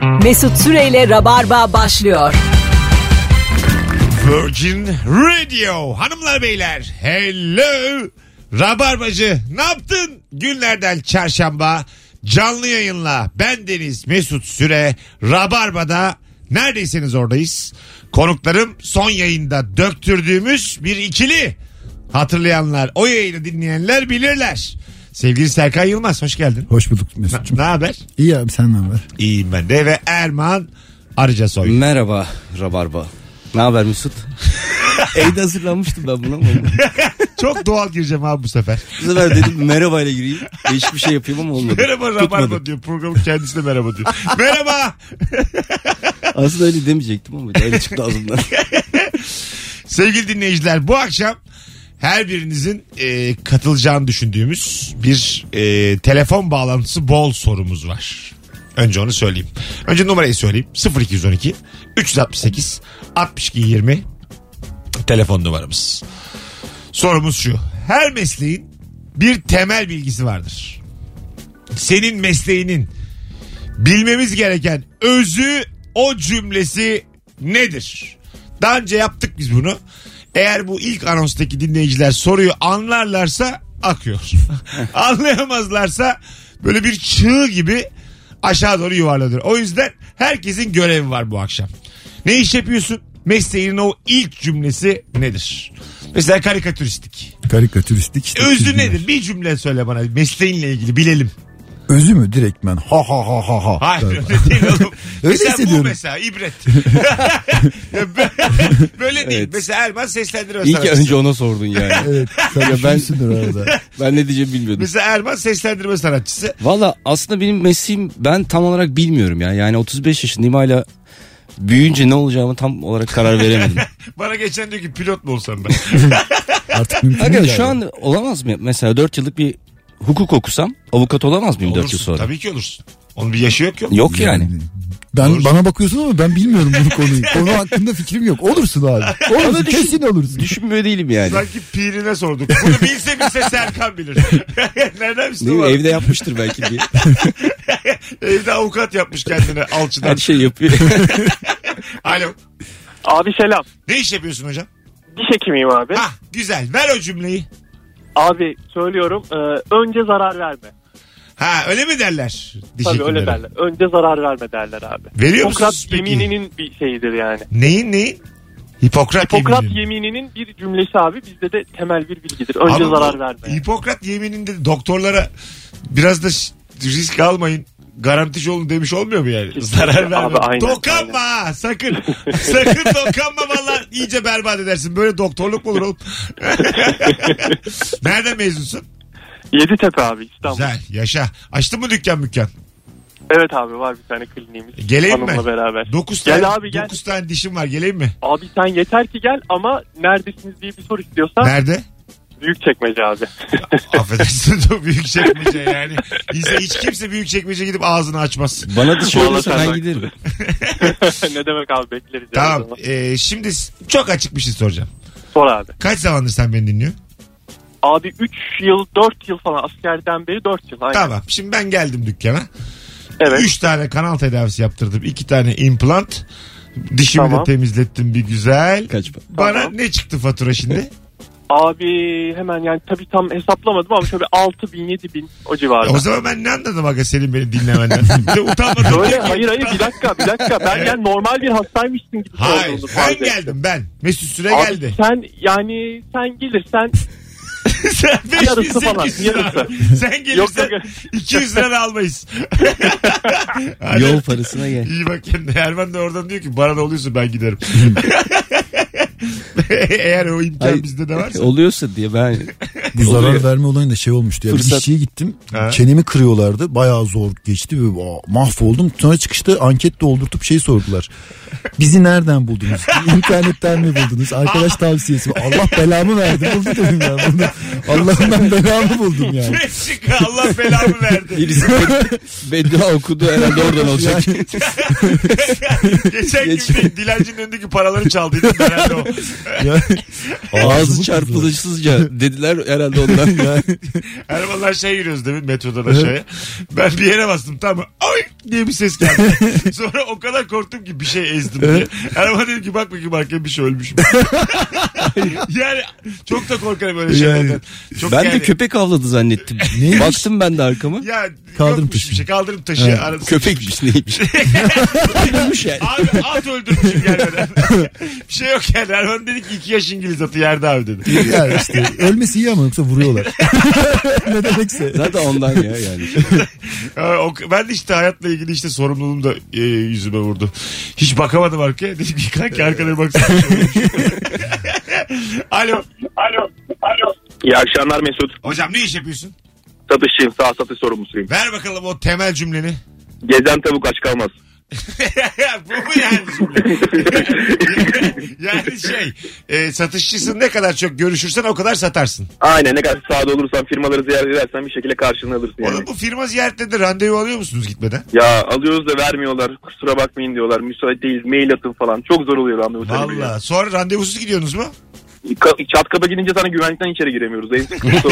Mesut Süreyle Rabarba başlıyor. Virgin Radio. Hanımlar beyler. Hello. Rabarbacı ne yaptın? Günlerden çarşamba canlı yayınla bendeniz Mesut Süre. Rabarba'da neredeyseniz oradayız. Konuklarım son yayında döktürdüğümüz bir ikili. Hatırlayanlar, o yayını dinleyenler bilirler. Sevgili Serkan Yılmaz, hoş geldin. Hoş bulduk Mesut'cum. Ne haber? İyi abi, sen ne haber? İyiyim ben de ve Erman Arıcasoy. Merhaba Rabarba. Ne haber Mesut? Evde hazırlanmıştım ben buna. Çok doğal gireceğim abi bu sefer. Bu sefer dedim merhaba ile gireyim. Değişik bir şey yapayım ama olmadı. Merhaba Rabarba diyor. Programın kendisi de merhaba diyor. Merhaba. Aslında öyle demeyecektim ama öyle çıktı ağzımdan. Sevgili dinleyiciler, bu akşam her birinizin katılacağını düşündüğümüz bir telefon bağlantısı bol sorumuz var. Önce onu söyleyeyim. Önce numarayı söyleyeyim. 0212 368 62 20 telefon numaramız. Sorumuz şu. Her mesleğin bir temel bilgisi vardır. Senin mesleğinin bilmemiz gereken özü, o cümlesi nedir? Daha önce yaptık biz bunu. Eğer bu ilk anonstaki dinleyiciler soruyu anlarlarsa akıyor. Anlayamazlarsa böyle bir çığ gibi aşağı doğru yuvarlanıyor. O yüzden herkesin görevi var bu akşam. Ne iş yapıyorsun? Mesleğinin o ilk cümlesi nedir? Mesela karikatüristik. Karikatüristik işte. Özü nedir? Bir cümle söyle bana mesleğinle ilgili bilelim. Özü mü direktmen? Ha ha ha ha ha. Hayır öyle değil oğlum. Öyle mesela hissediyorum. bu mesela ibret. Böyle değil. Evet. Mesela Erman seslendirme İyi ki sanatçısı. önce ona sordun yani. Evet. Sen düşünsündür arada. Ben ne diyeceğimi bilmiyordum. Mesela Erman seslendirme sanatçısı. Valla aslında benim mesleğim ben tam olarak bilmiyorum ya. Yani 35 yaşındayım hala büyüyünce ne olacağımı tam olarak karar veremedim. Bana geçen diyor ki pilot mu olsam ben? Artık mümkün Aga değil. şu an olamaz mı? Mesela 4 yıllık bir hukuk okusam avukat olamaz mıyım 4 yıl Olursun. sonra? Tabii ki olursun. Onun bir yaşı yok yok. Yok yani. Bana bakıyorsun ama ben bilmiyorum bu konuyu. Konu hakkında fikrim yok. Olursun abi. Olursun, kesin olursun. Düşünmüyor değilim yani. Sanki pirine sorduk. Bunu bilse Serkan bilir. Nereden bilsin? Değil mi? Evde yapmıştır belki diye. Evde avukat yapmış kendine alçıdan. Her şey yapıyor. Alo. Abi selam. Ne iş yapıyorsun hocam? Diş hekimiyim abi. Hah güzel. Ver o cümleyi. Abi söylüyorum önce zarar verme. Ha öyle mi derler? Diş Tabii hekimleri? öyle derler. Önce zarar verme derler abi. Veriyor Hipokrat musunuz peki? yemininin bir şeyidir yani. Neyin? Hipokrat yemini. Yemininin bir cümlesi abi bizde de temel bir bilgidir. Önce Ama zarar verme. Hipokrat yemininde doktorlara biraz da risk almayın. Garantici olun demiş olmuyor mu yani? Kesinlikle. Zarar verme. Abi, aynen, Dokanma ha, sakın. Sakın dokanma valla iyice berbat edersin. Böyle doktorluk mu olur oğlum? Nereden mezunsun? Yeditepe abi İstanbul. Güzel yaşa. Açtın mı dükkan? Evet abi var bir tane kliniğimiz. Geleyim mi? Hanımla beraber. 9 Gel tane, abi, gel. 9 tane dişim var, geleyim mi? Abi sen yeter ki gel ama neredesiniz diye bir soru istiyorsan. Nerede? Büyükçekmece abi. Affedersin o Büyükçekmece yani. Hiç kimse Büyükçekmece gidip ağzını açmaz. Bana da söylesen Vallahi ben bak. giderim. Ne demek abi bekleriz. Tamam. Yani. Şimdi çok açık bir şey soracağım. Sor abi. Kaç zamandır sen beni dinliyorsun? Abi 3 yıl 4 yıl falan askerden beri 4 yıl. Aynen. Tamam. Şimdi ben geldim dükkana. Evet. 3 tane kanal tedavisi yaptırdım. 2 tane implant. Dişimi Tamam. de temizlettim bir güzel. Kaç? Bana Tamam. ne çıktı fatura şimdi? Abi hemen yani tabii tam hesaplamadım ama şöyle 6.000-7.000 o civarda. O zaman ben ne anladım aga senin beni dinlemenden? Bir de utanmadım. Öyle hayır bir dakika. Ben yani normal bir hastaymışsın gibi Hayır sorduğunu ben fark ettim. geldim ben. Mesut Süre Abi geldi. sen gelirsen Sen yarısı falan, 5.800 lira. yarısı. Sen gelirsen Yok. 200 lira da almayız. Hadi. Yol parasına gel. İyi bak kendine. Erman da oradan diyor ki bana da oluyorsa ben giderim. Eğer o imkan Hayır, bizde de varsa. oluyorsa diye ben... Bu zarar Oluyor. verme olayında şey olmuştu. Yani Fırsat. işçiye gittim. Ha. Çenemi kırıyorlardı. Bayağı zor geçti ve mahvoldum. Sonra çıkışta anket doldurtup şey sordular. Bizi nereden buldunuz? İnternetten mi buldunuz? Arkadaş tavsiyesi mi? Allah belamı verdi. Buldu dedim ya. Allah'ım ben belamı buldum yani. Meksika Allah belamı verdi. Birisi beddua okudu herhalde oradan olacak. Geçen gün bir dilencinin önündeki paraları çaldıydım herhalde o. Ağzı çarpılışsızca dediler herhalde ondan. Ermanlar yürüyoruz demin metrodan aşağıya. Ben bir yere bastım tamam mı? Ay diye bir ses geldi. Sonra o kadar korktum ki bir şey ezdim diye. Erman dedi ki bak bakayım arkaya bir şey ölmüşüm. Yani çok da korkarım böyle şeylerden. Çok Ben yani... de köpek avladı zannettim. Neymiş? Baktım ben de arkama. Ya Kaldırım yokmuş taşı. bir şey. Kaldırım taşı. Köpekmiş neymiş. Öldürmüş yani. Abi at öldürmüşüm gelmeden. Bir şey yok yani. Erman dedi ki 2 yaş İngiliz atı yerde abi dedi. Yani işte ölmesi iyi ama yoksa vuruyorlar. Ne demekse. Zaten ondan ya yani. Ben de işte hayatla ilgili işte sorumluluğum da yüzüme vurdu. Hiç bakamadım arkaya. Dedim ki kanka arkana baksana. Alo. İyi akşamlar Mesut. Hocam ne iş yapıyorsun? Satışçıyım, sağ satış sorumlusuyum. Ver bakalım o temel cümleni. Gezen tavuk aç kalmaz. Bu mu yani cümle? Yani satışçısın ne kadar çok görüşürsen o kadar satarsın. Aynen, ne kadar sahada olursan, firmaları ziyaret edersen bir şekilde karşılığını alırsın yani. Oğlum bu firma ziyaretlerinde randevu alıyor musunuz gitmeden? Ya alıyoruz da vermiyorlar, kusura bakmayın diyorlar, müsait değil, mail atın falan. Çok zor oluyor randevu talebi. Valla sonra randevusuz gidiyorsunuz mu? Çat kapa gidince sana güvenlikten içeri giremiyoruz. En sıkıntı o.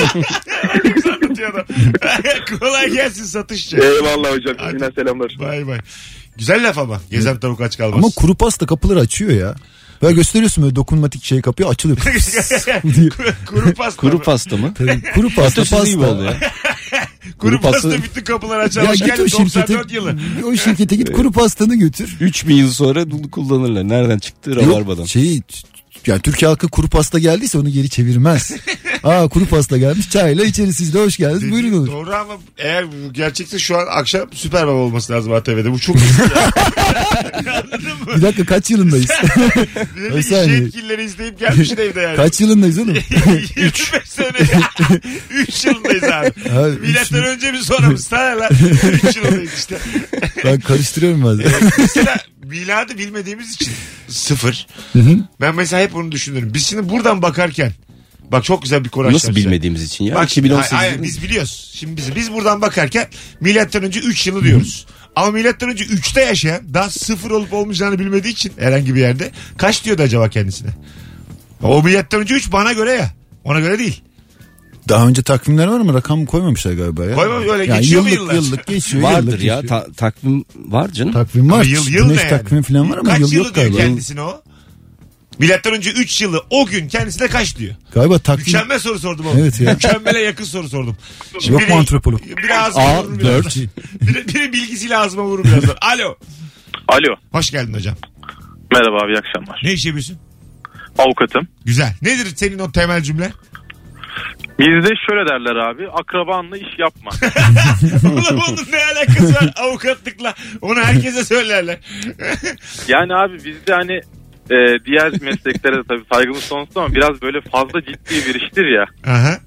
Kolay gelsin satışçı. Eyvallah hocam. Yine selamlar. Bay bay. Güzel laf ama. Gezen tavuk aç kalmaz. Ama kuru pasta kapıları açıyor ya. Böyle gösteriyorsun böyle dokunmatik şey kapıyor açılıyor. Kuru pasta. Kuru pasta mı? Tabii, kuru pasta Atasözü gibi oldu pasta. ya. Kuru pasta pasta- bütün kapıları açar. Ya Hoş git geldin o şirkete, 94 yılı. o şirkete git kuru pastanı götür. 3000 yıl sonra bunu kullanırlar. Nereden çıktı rabarbadan? Yani Türkiye halkı kuru pasta geldiyse onu geri çevirmez. Kuru pasta gelmiş çayla içeriz siz de hoş geldiniz buyurun olur. Doğru ama eğer bu gerçekten şu an akşam Süper Baba olması lazım ATV'de. Bu çok riskli. Anladın mı? Bir dakika kaç yılındayız? Bir Bir de saniye. yetkilileri izleyip gelmişsin evde yani. Kaç yılındayız oğlum? 25 sene. 3 yılındayız abi. Abi, Milattan önce mi sonra mı? Sana lan. 3 yılındayız işte. Ben karıştırıyorum bazen. Mesela miladı bilmediğimiz için 0. Ben mesela hep onu düşünürüm. Biz şimdi buradan bakarken bak çok güzel bir konu Nasıl bilmediğimiz için ya? Bak, 2018 hayır, biz biliyoruz. Şimdi biz buradan bakarken milattan önce 3 yılı diyoruz. Ama milattan önce 3'te yaşayan daha 0 olup olmayacağını bilmediği için herhangi bir yerde kaç diyordu acaba kendisine? O milattan önce 3 bana göre ya. Ona göre değil. Daha önce takvimler var ama rakam koymamışlar galiba ya. Koymamış öyle Yani geçiyor mu yıllık, yıllar? yıllık geçiyor. Vardır yıllık ya. geçiyor. Takvim var canım. Takvim var. Ama yıl Güneş ne yani? takvimi falan var ama kaç yıl yılı yok diyor galiba. kendisine o? Milattan önce 3 yılı o gün kendisine kaç diyor? Galiba takvim. Mükemmel soru sordum oğlum. Evet ya. Mükemmele yakın soru sordum. Yok mu antropolog? Biraz ağzıma vurur birazdan. Biri bilgisiyle ağzıma vurur birazdan. Alo. Alo. Hoş geldin hocam. Merhaba abi, iyi akşamlar. Ne iş yapıyorsun? Avukatım. Güzel. Nedir senin o temel cümle? Bizde şöyle derler abi, akrabanla iş yapma. Oğlum onun ne alakası var avukatlıkla? Onu herkese söylerler. Yani abi bizde hani diğer mesleklere de tabii saygımız sonsuz ama biraz böyle fazla ciddi bir iştir ya. Aha.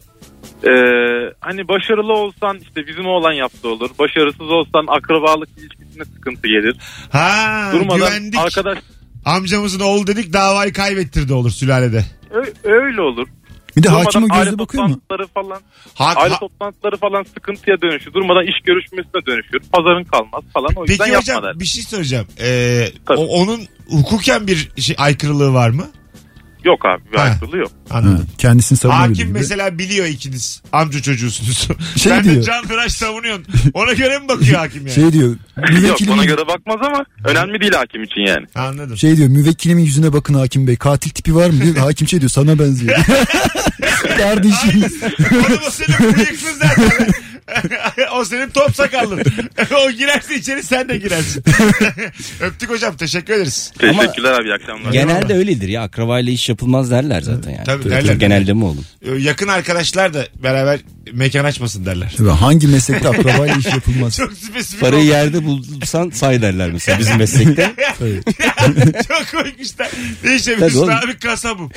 Hani başarılı olsan işte bizim oğlan yaptı olur. Başarısız olsan akrabalık ilişkisine sıkıntı gelir. Ha, Durmadan güvendik. arkadaş Amcamızın oğlu dedik davayı kaybettirdi olur sülalede. öyle olur. Bir de Durmadan hakim o aile gözle bakıyor mu? toplantıları falan, Ha, aile toplantıları falan sıkıntıya dönüşür. Durmadan iş görüşmesine dönüşür. Pazarın kalmaz falan. O yüzden peki yapma hocam der. bir şey soracağım. Tabii. Onun hukuken bir aykırılığı var mı? Yok abi, bir Ha. aykırılığı yok. Anladım. Ha, kendisini savunabilir Hakim gibi. mesela biliyor ikiniz amca çocuğusunuz. Şey Sen de diyor. Can Tıraş savunuyorsun. Ona göre mi bakıyor hakim yani? Şey diyor. Yok, Müvekkilimin, bana göre bakmaz ama önemli değil hakim için yani. Anladım. şey diyor müvekkilimin yüzüne bakın hakim bey. Katil tipi var mı diyor. Hakim şey diyor sana benziyor. Kardeşim. Oğlum o senin bıyıklı zaten. O senin top sakallın. O girerse içeri sen de girersin. Öptük hocam, teşekkür ederiz. Teşekkürler abi, iyi akşamlar. Genelde öyledir ya. Akrabayla iş yapılmaz derler zaten yani. Tabii, derler. Genelde mi oğlum? Yakın arkadaşlar da beraber mekan açmasın derler. Tabii, hangi meslekte akrabayla iş yapılmaz? Çok spesifik Parayı oldu. yerde bulsan say derler mesela bizim meslekte. Tabii. Çok koymuşlar. Ne iş yapıyorsun Tabii oğlum. abi? Kasabım.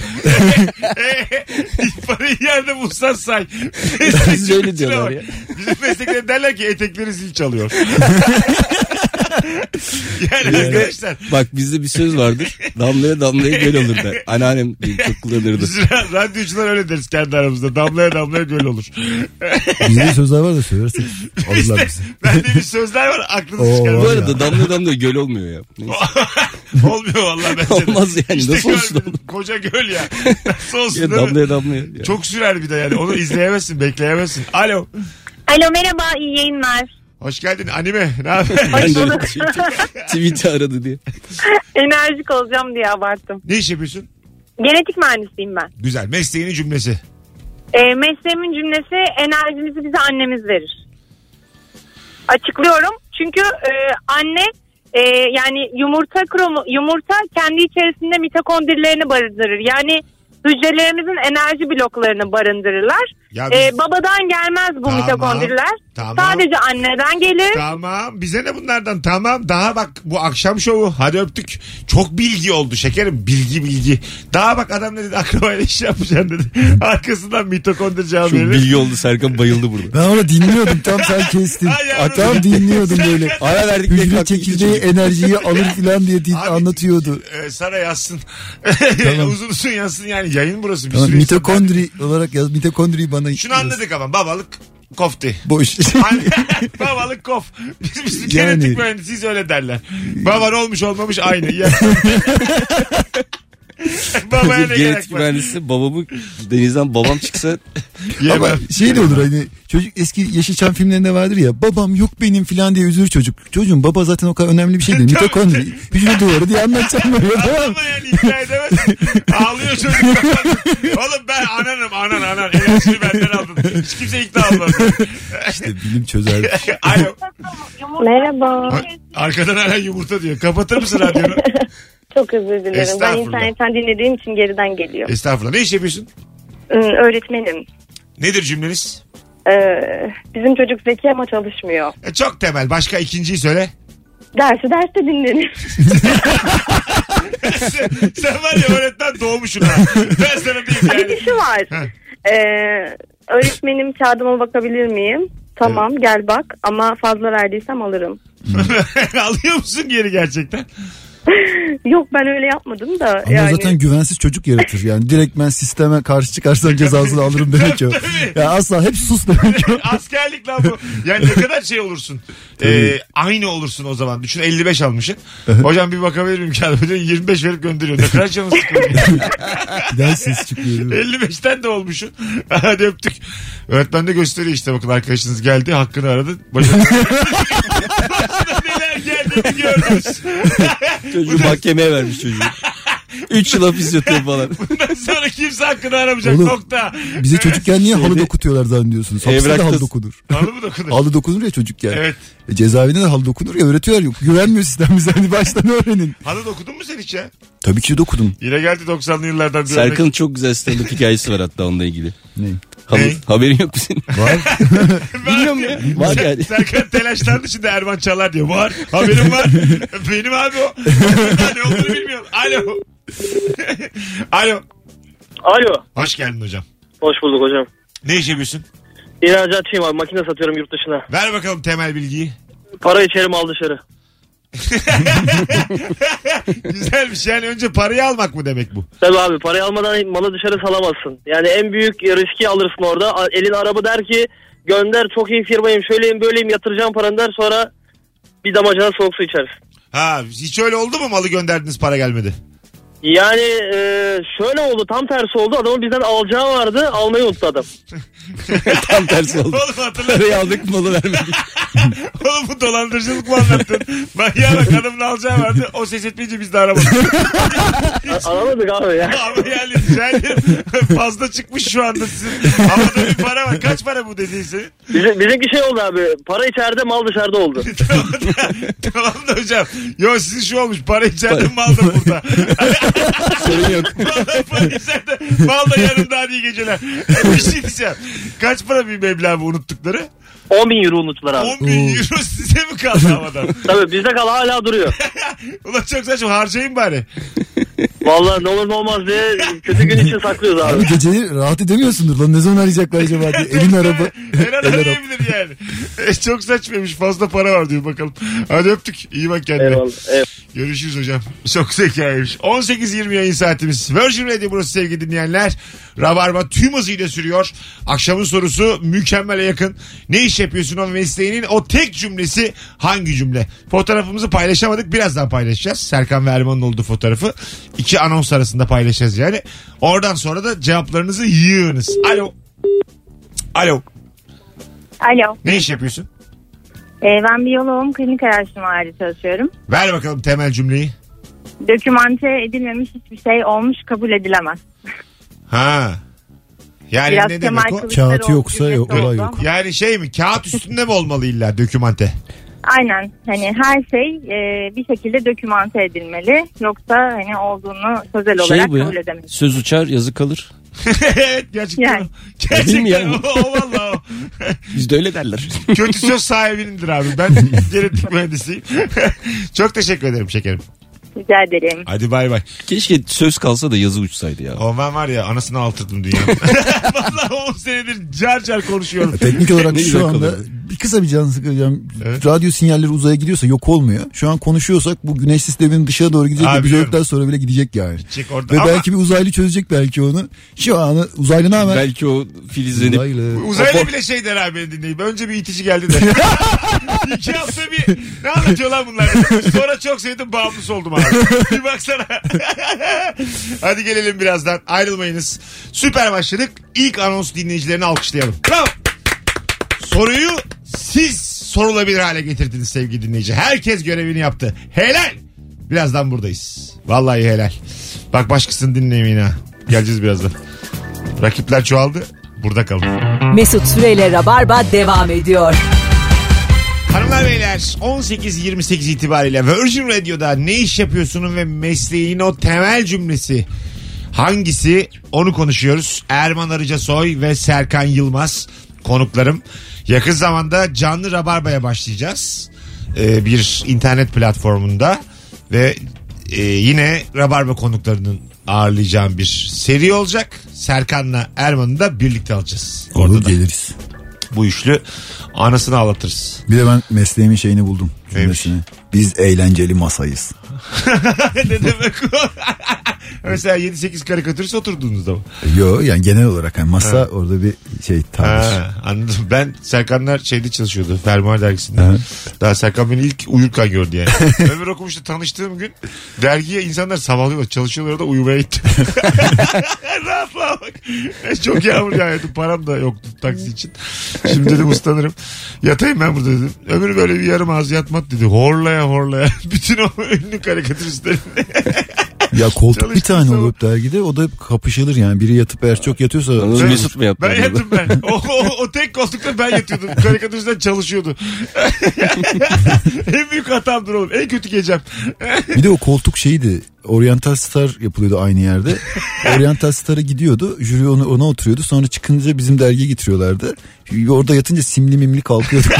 Parayı yerde bulsan say. Biz öyle diyorlar ya. Bizim meslekte derler ki etekleri zil çalıyor. Yani arkadaşlar. Bak bizde bir söz vardır. Damlaya damlaya göl olur der. Anneannem çok kullanırdı. Biz radyocular öyle deriz kendi aramızda. Damlaya damlaya göl olur. Bizde sözler var da söylersek alırlar bizi. Bende bir sözler var aklınızı çıkarın. Bu arada damlaya damlaya göl olmuyor ya. Neyse. Olmuyor vallahi bence de. Olmaz yani. İşte Nasıl olsun oğlum? koca göl ya. Nasıl olsun Ya değil mi? damlaya damlaya. Ya. Çok sürer bir de yani. Onu izleyemezsin, bekleyemezsin. Alo. Alo merhaba iyi yayınlar. Hoş geldin anime. Ne haber? Ben de öyle bulduk. tweet'i aradı diye. Enerjik olacağım diye abarttım. Ne iş yapıyorsun? Genetik mühendisiyim ben. Güzel. Mesleğinin cümlesi. Mesleğimin cümlesi enerjimizi bize annemiz verir. Açıklıyorum. Çünkü anne yani yumurta kendi içerisinde mitokondrilerini barındırır. Yani hücrelerimizin enerji bloklarını barındırırlar. Ya biz- Babadan gelmez bu Tamam, mitokondriler. tamam. Sadece anneden gelir. Tamam. Bize ne bunlardan? Tamam. Daha bak bu akşam şovu. Hadi öptük. Çok bilgi oldu şekerim. Bilgi. Daha bak adam ne dedi? Akrabayla iş yapacaksın dedi. Arkasından mitokondri cevap Çok verir. bilgi oldu, Serkan bayıldı burada. Ben onu dinliyordum tam sen kestin. Ay yavrum. Tam dinliyordum böyle. Ara verdik diye Hücre kalktı çekirdeği enerjiyi alır filan diye Abi, anlatıyordu. Sana yazsın. Tamam. Uzun yazsın yani. Yayın burası. Bir Tamam, sürü insan- mitokondri olarak yaz. Mitokondriyi bana Şunu anladık ama babalık kofti. boş. Babalık kof. Biz Yani. genetik mühendisiyiz öyle derler. Baban olmuş olmamış aynı. Ya. Babaya ne Genetik gerek var? mühendisi babamı denizden babam çıksa Ama Yemem. şey de olur hani çocuk eski Yeşilçam filmlerinde vardır ya babam yok benim filan diye üzülür çocuk. Çocuğun baba zaten o kadar önemli bir şey değil. Mitokondri. Hücre duvarı diye anlatacağım böyle tamam. Ama yani ikna edemezsin. Ağlıyor çocuk. Oğlum ben anan. Enerjini benden aldın. Hiç kimse ikna olmadı. İşte bilim çözer. Alo. Merhaba. Arkadan hala yumurta diyor. Kapatır mısın radyonu? Çok özür dilerim. Ben Estağfurullah. internetten dinlediğim için geriden geliyor. Estağfurullah. Ne iş yapıyorsun? Öğretmenim. Nedir cümleniz? Bizim çocuk zeki ama çalışmıyor. Çok temel. Başka ikinciyi söyle. Derste dinlenir. Sen var ya öğretmen doğmuşsun ha. Ben sana diyeyim Bir yani. kişi var. Öğretmenim kağıdıma bakabilir miyim? Tamam gel bak ama fazla verdiysem alırım. Alıyor musun geri gerçekten? Yok ben öyle yapmadım da. Ama yani. zaten güvensiz çocuk yaratır yani. Direkt ben sisteme karşı çıkarsam cezasını alırım demek o. Ya asla hep sus demek o. Askerlik lan bu. Yani ne kadar şey olursun. Aynı olursun o zaman. Düşün 55 almışsın. Hocam bir bakabilir miyim kağıdıma? 25 verip gönderiyor. Ne kadar canı sıkılıyor. Bir daha ses çıkıyor. 55'ten de olmuşsun. Hadi öptük. Öğretmen de gösteriyor işte bakın arkadaşınız geldi. Hakkını aradı. Başına neler geldiğini gördünüz. çocuğu mahkemeye vermiş çocuğu. 3 yıl hapis yatıyor falan. Bundan sonra kimse hakkını aramayacak. Oğlum, Nokta. Bize çocukken niye halı dokutuyorlar zannediyorsunuz? Hapiste de Evrakta- halı dokunur. Halı mı dokunur? Halı dokunur ya çocukken. Evet. Cezaevinde de halı dokunur ya öğretiyorlar. Yok, güvenmiyor sistem bize. Hani baştan öğrenin. Halı dokudun mu sen hiç ya? Tabii ki de dokudum. Yine geldi 90'lı yıllardan bir Serkan'ın çok güzel stand-up hikayesi var hatta onunla ilgi. Ne? Ne? Haberin yok mu senin? Var. Bilmiyorum ya. Var yani. Serkan telaşlandı şimdi Erman Çalar diyor. Var. Haberim var. Benim abi o. Ne olduğunu bilmiyorum. Alo. Alo. Alo. Hoş geldin hocam. Hoş bulduk hocam. Ne iş yapıyorsun? İhracatçıyım abi. Makine satıyorum yurt dışına. Ver bakalım temel bilgiyi. Para içeri mal dışarı. Güzelmiş yani önce parayı almak mı demek bu? Tabii abi parayı almadan malı dışarı salamazsın. Yani en büyük riski alırsın orada. Elin arabı der ki gönder çok iyi firmayım şöyleyim böyleyim yatıracağım paranı der sonra bir damacana soğuk su içersin. Ha hiç öyle oldu mu malı gönderdiniz para gelmedi? Yani şöyle oldu tam tersi oldu adamın bizden alacağı vardı almayı unuttu adam. Tam tersi oldu. Oğlum hatırladın. Parayı aldık malı vermedik. Oğlum bu dolandırıcılık mı anlattın? Manyağa bak adamın alacağı vardı. O ses etmeyince biz de aramadık. Alamadık abi ya. Ama yani rica ederim. Fazla çıkmış şu anda sizin. Havada bir para var. Kaç para bu dediğin senin? Bizimki şey oldu abi para içeride mal dışarıda oldu. Tamam da hocam. Yo sizin şu olmuş. Para içeride mal da burada. Sorun yok. Vallahi para içeride. Mal da yanımda hadi iyi geceler. Bir şey diyeceğim. Kaç para bir meblağ bu unuttukları? 10.000 euro unuttular abi. 10.000 euro size mi kaldı havadan? Tabii bizde kal hala duruyor. Ulan çok saçma harcayın bari. Vallahi ne olur ne olmaz diye kötü gün için saklıyoruz abi. Abi geceleri rahat edemiyorsundur lan, ne zaman arayacaklar acaba diye. Elin araba. Her an arayabilir yani. Çok saçmaymış, fazla para var diyor bakalım. Hadi öptük. İyi bak kendine. Eyvallah. Görüşürüz hocam. Çok zekaymış. 18:20 yayın saatimiz. Virgin Radio burası sevgili dinleyenler. Rabarba tüm hızıyla sürüyor. Akşamın sorusu mükemmele yakın. Ne iş yapıyorsun o mesleğinin o tek cümlesi hangi cümle? Fotoğrafımızı paylaşamadık. Birazdan paylaşacağız. Serkan ve Erman'ın olduğu fotoğrafı. 2 anons arasında paylaşacağız yani. Oradan sonra da cevaplarınızı yığınız. Alo. Alo. Alo. Ne iş yapıyorsun? Ben biyoloğum. Klinik araştırmalarda çalışıyorum. Ver bakalım temel cümleyi. Dokümante edilmemiş hiçbir şey olmuş kabul edilemez. Ha. Yani Biraz ne Kemal demek o? Kılıçdaroğlu Kağıt yoksa cümlesi yok, olay oldu. yok. Yani şey mi? Kağıt üstünde mi olmalı illa dokümante? Aynen. Hani her şey bir şekilde dokümante edilmeli. Yoksa hani olduğunu sözel olarak Şey bu ya. kabul edemeyiz. Söz uçar yazı kalır. Evet gerçekten. Yani. Gerçekten Değil mi yani? o valla o. Bizde öyle derler. Kötü söz sahibinindir abi. Ben genetik mühendisiyim. Çok teşekkür ederim şekerim. Rica ederim. Hadi bay bay. Keşke söz kalsa da yazı uçsaydı ya. O ben var ya anasını altırdım dünya. Valla 10 senedir car car konuşuyorum. Teknik olarak Ne güzel şu anda kalıyor. bir kısa bir can sıkacağım. Evet. Radyo sinyalleri uzaya gidiyorsa yok olmuyor. Şu an konuşuyorsak bu güneş sisteminin dışına doğru gidecek Abi ve bir biliyorum. gökten sonra bile gidecek yani. Çek orada. Ve Ama belki bir uzaylı çözecek belki onu. Şu an uzaylı ne haber? Belki o filizlenip Uzaylı. uzaylı bile şey der abi beni dinleyip. Önce bir itici geldi de. 2 hafta bir ne anlatıyor lan bunlar? Sonra çok sevdim bağımlısı oldum abi. Bir baksana. Hadi gelelim birazdan. Ayrılmayınız. Süper başladık. İlk anons dinleyicilerini alkışlayalım. Bravo. Soruyu siz sorulabilir hale getirdiniz sevgili dinleyici. Herkes görevini yaptı. Helal. Birazdan buradayız. Vallahi helal. Bak başkasını dinlemeyin ha. Geleceğiz birazdan. Rakipler çoğaldı. Burada kalın. Mesut Süreyle Rabarba devam ediyor. Hanımlar beyler 18.28 itibariyle Virgin Radio'da ne iş yapıyorsunun ve mesleğin o temel cümlesi hangisi onu konuşuyoruz. Erman Arıcasoy ve Serkan Yılmaz konuklarım. Yakın zamanda canlı Rabarba'ya başlayacağız. Bir internet platformunda ve yine Rabarba konuklarının ağırlayacağım bir seri olacak. Serkan'la Erman'ı da birlikte alacağız. Olur Orada da geliriz. bu üçlü anasını ağlatırız. Bir de ben mesleğimin şeyini buldum. Neymiş? Cümlesini. Biz eğlenceli masayız. Ne demek o? Mesela 7-8 karikatürist oturduğunuzda mı? Yo yani genel olarak hani masa orada bir şey tabir. Ha, anladım. Ben Serkanlar şeyde çalışıyordu. Fermuar dergisinde. Ha. Daha Serkan beni ilk uyurken gördü yani. Ömür okumuştu tanıştığım gün. Dergiye insanlar sabahlıyorlar. Çalışıyorlar orada uyumaya gitti. Rahatlığa bak. Çok yağmur yağıyordu. Param da yoktu taksi için. Şimdi dedim uslanırım. Yatayım ben burada dedim. Ömür böyle bir yarım ağız yatmat dedi. Horlaya horlaya. Bütün o ünlü karikatüristlerin. Ya koltuk bir Çalıştığın tane zaman. olup dergide o da kapışılır yani. Biri yatıp eğer çok yatıyorsa. Onu Ben- Mesut mu yaptı? Ben acaba? yattım ben. O tek koltukta ben yatıyordum. Karikatüristler çalışıyordu. En büyük hatamdır oğlum. En kötü gecem. Bir de o koltuk şeydi. Oriental Star yapılıyordu aynı yerde. Oriental Star'a gidiyordu. Jüri ona oturuyordu. Sonra çıkınca bizim dergiye getiriyorlardı. Orada yatınca simli mimli kalkıyordu.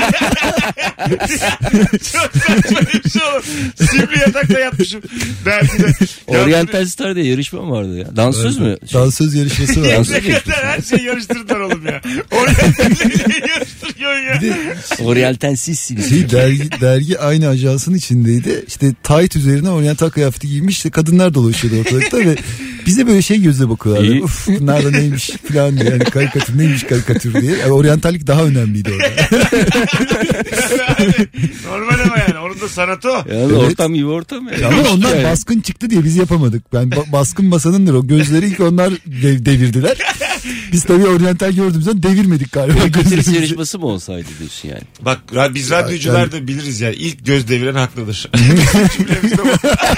Çok saçma bir şey oğlum. Simli yatakta yatmışım. Dergide. Oriental Star diye yarışma mı vardı ya? Dansöz mü? Dansöz yarışması var. Dans- Ne kadar her şeyi yarıştırdılar oğlum ya. Oriental'le yarıştırıyorsun ya. Bir de Oriental sizsiniz. dergi aynı ajansın içindeydi. İşte tight üzerine oryantal kıyafeti giymiş. İşte kadınlar dolaşıyordu ortalıkta ve bize böyle şey gözle bakıyorlardı. İyi. Uf bunlar da neymiş falan diye. Yani karikatür neymiş karikatür diye. Yani oryantallik daha önemliydi orada. Normal ama yani. Onun da sanatı o. Yani Evet. ortam iyi ortam ya. Ama onlar Yani. baskın çıktı diye biz yapamadık. Ben baskın masanındır o. Gözleri ilk onlar devirdiler. Biz tabii oryantal gördüğümüzden devirmedik galiba. Gösterisi gözlerimizi. yarışması mı olsaydı diyorsun yani? Bak biz radyocular da biliriz yani. İlk göz deviren haklıdır. Cümlemizde bu.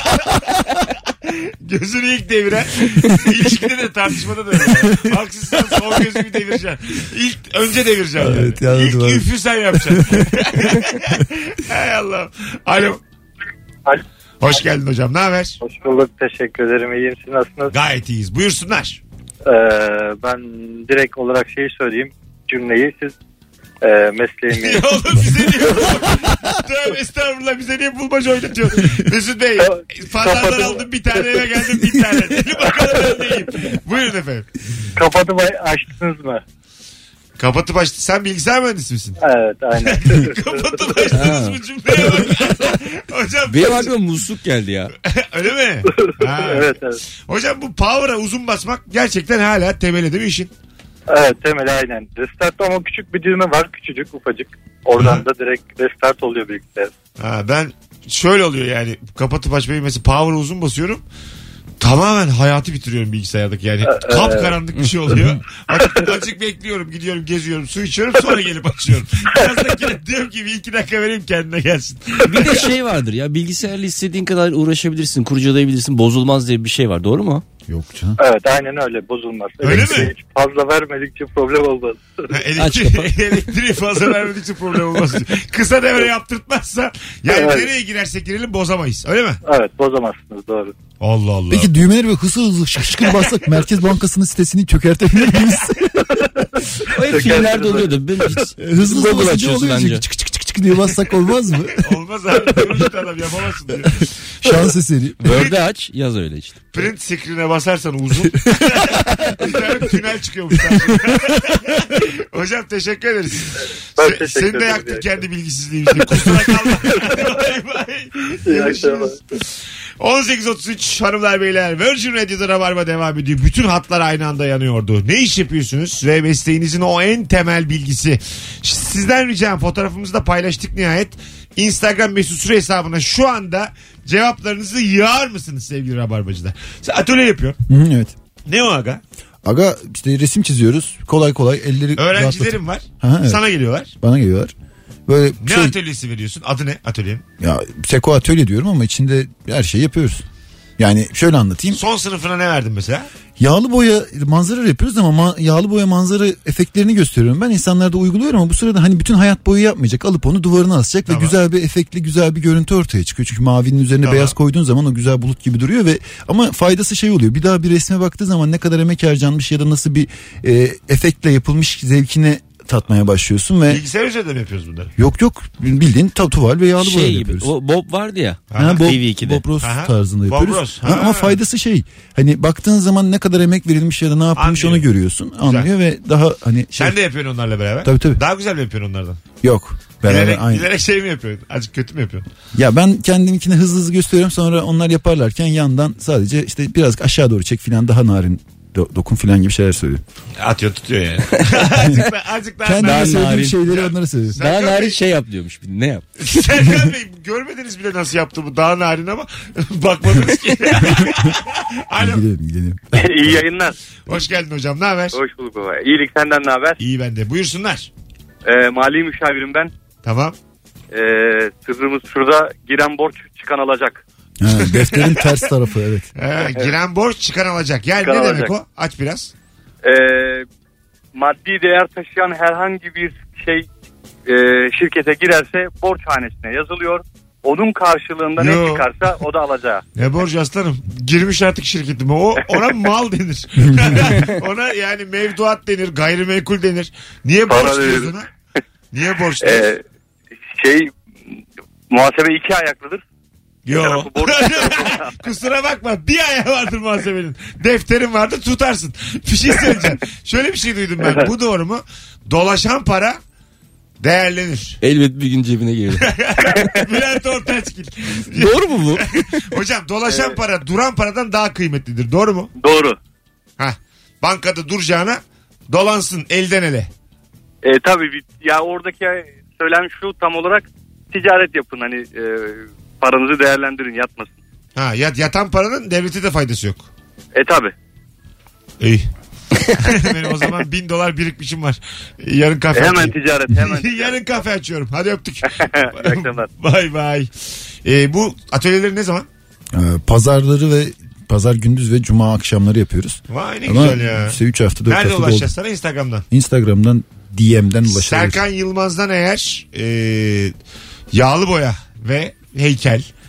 Gözünü ilk deviren ilişkide de tartışmada da öyle. Yani. Haksızsan son gözünü devireceksin. İlk önce devireceksin. Yani. Evet, anladım İlk abi. üfü sen yapacaksın. Hay Allah. Alo. Alo. Hoş geldin hocam. Ne haber? Hoş bulduk. Teşekkür ederim. İyiyim. Siz nasılsınız? Gayet iyiyiz. Buyursunlar. Ben direkt olarak şeyi söyleyeyim. Cümleyi siz Mesleğimi. Ya oğlum bize niye Tövbe estağfurullah, bize niye bulmaca oynatıyorsun? Mesut Bey, pazardan aldım bir tane, eve geldim bir tane. Deli bakalım ben neyim. Buyurun efendim. Kapatıp açtınız mı? Kapatıp açtı. Sen bilgisayar mühendisi misin? Evet, aynen. Kapatıp açtınız mı cümleye bak. Hocam. Benim aklıma musluk geldi ya. Öyle mi? Ha. Evet. Hocam bu power'a uzun basmak gerçekten hala temeli değil mi işin? Evet, temel aynen. Restart'ta ama küçük bir düğme var, küçücük, ufacık. Oradan da direkt restart oluyor bilgisayar. Ben şöyle oluyor yani, kapatıp açmayı mesela power'a uzun basıyorum. Tamamen hayatı bitiriyorum bilgisayardaki yani. Kapkaranlık bir şey oluyor. Açık bekliyorum, gidiyorum, geziyorum, su içiyorum, sonra gelip açıyorum. Birazdan diyorum ki bir 2 dakika vereyim kendine gelsin. Bir de şey vardır ya, bilgisayarla istediğin kadar uğraşabilirsin, kurcalayabilirsin, bozulmaz diye bir şey var, doğru mu? Yok canım. Evet, aynen öyle, bozulmaz. Öyle mi? Hiç fazla vermedikçe problem olmaz. Elektriği fazla vermedikçe problem olmaz. Kısa devre yaptırtmazsa yani nereye girersek girelim bozamayız, öyle mi? Evet, bozamazsınız, doğru. Allah Allah. Peki düğmeleri böyle hızlı şıkır bassak Merkez Bankası'nın sitesini çökertebilir miyiz? O hep filmlerde oluyordu. Ben hiç Hızlı basınca oluyor çünkü çık diye bassak olmaz mı? Olmaz abi. Duruşta adam yapamazsın diyor. Şans eseri. Word'ü aç, yaz öyle işte. Print screen'e basarsan uzun. Bir tane tünel çıkıyormuş. Hocam teşekkür ederiz. Ben teşekkür Senin de ederim. yaktık kendi bilgisizliğimizde. Kusura kalma. Bay bay. Görüşürüz. 18.33 hanımlar beyler, Virgin Radio'da Rabarba devam ediyor. Bütün hatlar aynı anda yanıyordu. Ne iş yapıyorsunuz ve mesleğinizin o en temel bilgisi. Sizden ricam, fotoğrafımızı da paylaştık nihayet. Instagram Mesut Süre hesabına şu anda cevaplarınızı yığar mısınız sevgili Rabarbacılar? Sen atölye yapıyorsun. Hı, evet. Ne o aga? Aga işte resim çiziyoruz. Kolay elleri Öğrencilerim var. Evet. Sana geliyorlar. Bana geliyorlar. Böyle Ne atölyesi veriyorsun? Adı ne atölyenin? Ya Seko atölye diyorum ama içinde her şeyi yapıyoruz. Yani şöyle anlatayım. Son sınıfına ne verdin mesela? Yağlı boya manzara yapıyoruz ama yağlı boya manzara efektlerini gösteriyorum. Ben insanlarda uyguluyorum ama bu sırada hani bütün hayat boyu yapmayacak. Alıp onu duvarına asacak ve güzel bir efektli, güzel bir görüntü ortaya çıkıyor. Çünkü mavinin üzerine beyaz koyduğun zaman o güzel bulut gibi duruyor ve ama faydası şey oluyor. Bir daha bir resme baktığı zaman ne kadar emek harcanmış ya da nasıl bir efektle yapılmış zevkine tatmaya başlıyorsun ve bilgisayar üzerinde mi yapıyoruz bunları? Yok bildiğin tuval ve yağlı boya gibi, yapıyoruz. o Bob vardı ya. Bob, TV2'de. Bob Ross Aha. tarzında Bob yapıyoruz. Ross. Ama faydası şey, hani baktığın zaman ne kadar emek verilmiş ya da ne yapılmış Anlıyor. onu görüyorsun. Anlıyor ve daha hani şey. Sen de yapıyorsun onlarla beraber. Tabii. Daha güzel mi yapıyorsun onlardan? Yok. Beraber aynı. Bilerek şey mi yapıyorsun? Azıcık kötü mü yapıyorsun? Ya ben kendimkini hızlı gösteriyorum, sonra onlar yaparlarken yandan sadece işte biraz aşağı doğru çek filan, daha narin dokun filan gibi şeyler söylüyor. Atıyor tutuyor yani. azıcık daha Kendime narin. söylediğim şeyleri onlara söylüyor. Daha narin şey yap diyormuş. Ne yap? Serkan Bey, görmediniz bile nasıl yaptığımı, daha narin ama bakmadınız ki. Alo. İlgileniyorum. İyi yayınlar. Hoş geldin hocam, ne haber? Hoş bulduk baba. İyilik, senden ne haber? İyi ben de. Buyursunlar. Mali müşavirim ben. Tamam. Sırrımız şurada: giren borç, çıkan alacak. Ha, defterin ters tarafı, evet. Giren borç, çıkan alacak. Yani Çıkan ne alacak. demek o? Aç biraz. Maddi değer taşıyan herhangi bir şey şirkete girerse borç hanesine yazılıyor. Onun karşılığında Yo. ne çıkarsa o da alacağı. Ne borcu aslanım? Girmiş artık şirketime. Ona mal denir. Ona yani mevduat denir, gayrimenkul denir. Niye Para borç diyoruz denir. ona? Niye borç diyoruz? Muhasebe 2 ayaklıdır. Yo. tarafı borç. Kusura bakma, bir ayağı vardır muhasebenin. Defterin vardır, tutarsın. Bir şey söyleyeceğim. Şöyle bir şey duydum ben. Bu doğru mu? Dolaşan para değerlenir. Elbet bir gün cebine gelir. Bülent Ortaçgil. Doğru mu bu? Hocam dolaşan para duran paradan daha kıymetlidir. Doğru mu? Doğru. Bankada duracağına dolansın elden ele. Tabii ya, oradaki söylem şu tam olarak: ticaret yapın, hani paranızı değerlendirin, yatmasın. Yatan paranın devlete de faydası yok. Tabii. İyi. Benim o zaman $1000 birikmişim var. Yarın kafe Hemen açayım. ticaret, hemen ticaret. Yarın kafe açıyorum. Hadi öptük. İyi akşamlar. Bay bay. Bu atölyeleri ne zaman? Pazarları ve pazar gündüz ve cuma akşamları yapıyoruz. Vay ne Ama güzel ya. işte 3 hafta 4 Nerede hafta ulaşacağız oldu. sana? Instagram'dan. Instagram'dan DM'den ulaşabiliriz. Serkan Yılmaz'dan eğer yağlı boya ve heykel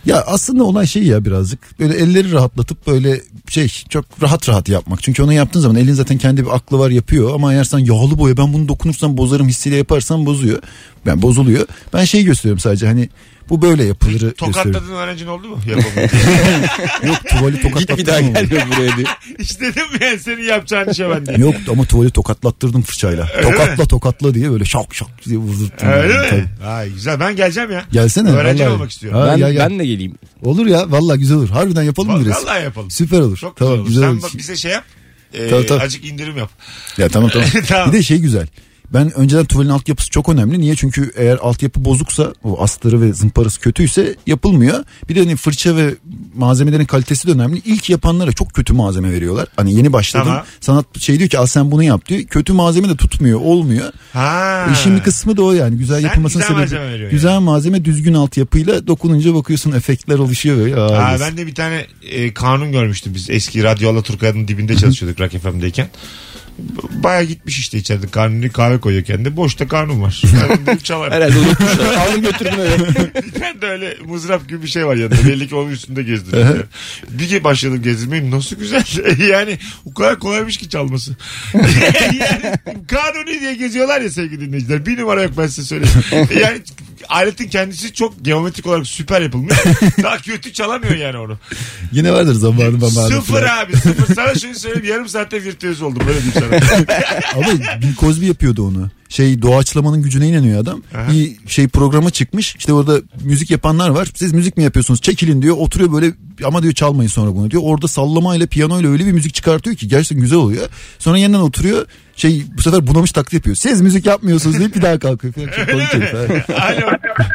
Ya aslında olay şey ya birazcık böyle elleri rahatlatıp böyle çok rahat yapmak. Çünkü onu yaptığın zaman elin zaten kendi bir aklı var yapıyor ama eğer sen yağlı boya ben bunu dokunursam bozarım hissiyle yaparsan bozuyor. Ben bozuluyor. Ben gösteriyorum sadece hani bu böyle yapılırı gösteriyorum. Tokatladığın öğrencin oldu mu? Yapamıyor. Yok tuvali tokatlattım. Git bir daha gelme buraya diye. İstedim yani senin yapacağın işe ben diye. Yok ama tuvali tokatlattırdım fırçayla. Tokatla diye böyle şak diye vurdurttum. Öyle mi? Ay güzel, ben geleceğim ya. Gelsene. Öğrenci vallahi. olmak istiyorum. Ha, gel. Ben de geleyim. Olur ya vallahi güzel olur. Harbiden yapalım mı resim? Vallahi yapalım. Süper olur. Çok tamam, güzel olur. olur. Sen bak bize şey yap. Tamam. Azıcık indirim yap. Ya tamam. Tamam. Bir de güzel. Ben önceden tuvalin altyapısı çok önemli. Niye? Çünkü eğer altyapı bozuksa o astarı ve zımparası kötüyse yapılmıyor. Bir de hani fırça ve malzemelerin kalitesi de önemli. İlk yapanlara çok kötü malzeme veriyorlar. Hani yeni başladım. Tamam. Sanat diyor ki al sen bunu yap diyor. Kötü malzeme de tutmuyor, olmuyor. Ha. İşin bir kısmı da o yani. Güzel yapılmasının güzel sebebi. malzeme veriyorsun Güzel yani. malzeme düzgün altyapıyla dokununca bakıyorsun efektler oluşuyor böyle. Ben de bir tane kanun görmüştüm. Biz eski Radyo Alaturka'nın dibinde çalışıyorduk Rock FM'deyken. Baya gitmiş işte içeride kanuni kahve koyuyor kendi. Boşta kanun var. Yani çalar. Herhalde unutmuşlar. Aldım götürdüm öyle. Bir tane de öyle mızrap gibi bir şey var yanında. Belli ki onun üstünde gezdiriyor. Bir başladım gezdirmeye. Nasıl güzel. Yani o kadar kolaymış ki çalması. Yani kanuni diye geziyorlar ya sevgili dinleyiciler. Bir numara yok ben size söyleyeyim. Yani aletin kendisi çok geometrik olarak süper yapılmış. Daha kötü çalamıyor yani onu. Yine vardır zamanı. Sıfır abi sıfır. Sana şunu söyleyeyim, yarım saatte virtüöz oldum. Böyle diyeyim sana. Ama Bill Cosby yapıyordu onu. Doğaçlamanın gücüne inanıyor adam. Aha. Bir programa çıkmış. İşte orada müzik yapanlar var. Siz müzik mi yapıyorsunuz? Çekilin diyor. Oturuyor böyle ama diyor çalmayın sonra bunu diyor. Orada sallamayla piyanoyla öyle bir müzik çıkartıyor ki gerçekten güzel oluyor. Sonra yeniden oturuyor. Bu sefer bunamış taklit yapıyor. Siz müzik yapmıyorsunuz deyip bir daha kalkıyor. Çok komik herif, ha. Alo.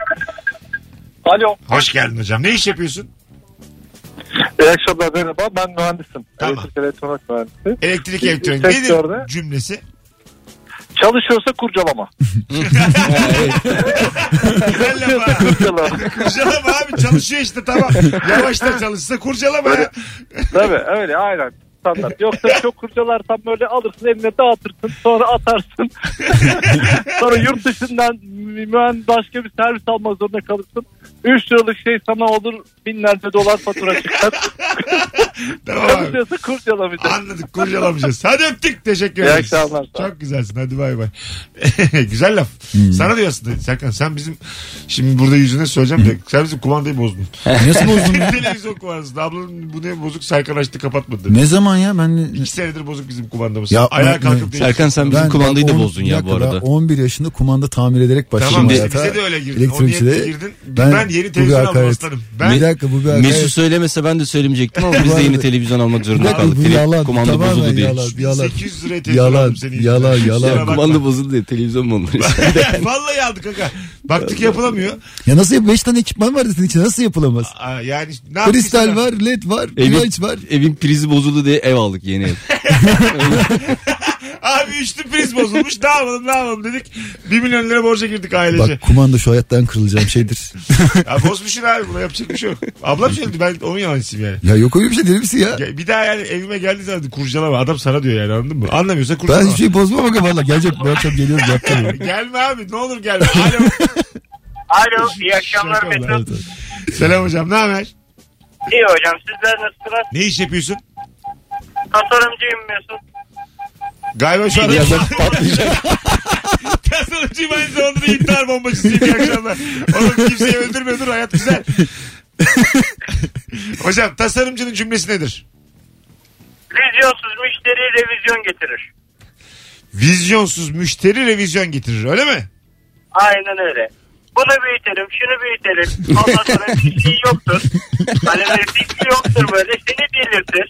Alo. Hoş geldin hocam. Ne iş yapıyorsun? İyi akşamlar, merhaba. Ben mühendisim. Tamam. Elektrik elektronik mühendisi. Elektrik elektronik. Sektörde. Nedir cümlesi? Çalışıyorsa kurcalama. Güzel laf ha. Kurcalama abi, çalışıyor işte, tamam. Yavaşta çalışsa kurcalama ya. Tabii öyle aynen. Standart. Yoksa çok kurcalarsan böyle alırsın eline dağıtırsın sonra atarsın. Sonra yurt dışından başka bir servis almak zorunda kalırsın. 3 liralık şey sana olur, binlerce dolar fatura çıkar. Tamam abi. Çalışıyorsa kurcalamayacağız. Anladık, kurcalamayacağız. Hadi öptük, teşekkür İyi ederiz. akşamlar. Çok güzelsin, hadi bay bay. Güzel laf. Sana diyor aslında Serkan, sen bizim şimdi burada yüzüne söyleyeceğim de sen bizim kumandayı bozdun. Nasıl bozdun? Televizyon kumandası. Ablanın bu ne bozuk, Serkan açtı kapatmadı. Ne zaman ya? Ben 2 senedir bozuk bizim kumandamız. Ya, Ayağa kalkıp değil. Serkan sen bizim kumandayı da bozdun ya bu arada. 11 yaşında kumanda tamir ederek başladım Tamam hayata. bize de öyle girdin. O Elektrikçide. niyetle girdin. Ben yeni televizyon aldım aslanım. Bir dakika, bu bir hakaret. Mesut söylemese ben de söylemeyecektim ama biz de yeni televizyon almak zorunda Bir dakika, kaldık. bu yalan. Kumanda Tamamen bozuldu diye. yalan. 800 liraya televizyon aldım senin yüzünden. Yalan. Kumanda bozuldu diye televizyon mu olur? Vallahi aldık aga. Baktık yapılamıyor. Ya nasıl 5 tane ekipman vardı senin için, nasıl yapılamaz? Yani ne Kristal yapmışsın? var, led var, Evin, güveç var. evin prizi bozuldu diye ev aldık, yeni ev. Abi üçlü priz bozulmuş. Ne yapalım dedik. 1 milyon lira borca girdik ailece. Bak kumanda şu hayattan kırılacağım şeydir. Ya bozmuşsun abi, buna yapacak bir şey yok. Ablam söyledi, ben onun yalancısıyım yani. Ya yok öyle bir şey, değil misin ya? Bir daha yani evime geldiği zaman kurcalama. Adam sana diyor yani, anladın mı? Anlamıyorsa kurcalama. Ben hiçbir şey bozmam ama valla gelecek. Bu akşam geliyoruz, yapacağım. Gelme abi, ne olur gelme. Alo. Alo, iyi akşamlar Mesut. Selam hocam, ne haber? İyi hocam, sizler nasılsınız? Ne iş yapıyorsun? Tasarımcıyım Mesut. Galiba şu anda Birazdan patlayacak. tasarımcıyım, aynı zamanda da intihar bombacısıyım. İyi akşamlar. Oğlum kimseyi öldürme, dur, hayat güzel. Hocam tasarımcının cümlesi nedir? Vizyonsuz müşteri revizyon getirir. Vizyonsuz müşteri revizyon getirir, öyle mi? Aynen öyle. Bunu büyütelim, şunu büyütelim. Ondan sonra bir şey yoktur. Hani böyle fikri yoktur, böyle seni delirtir.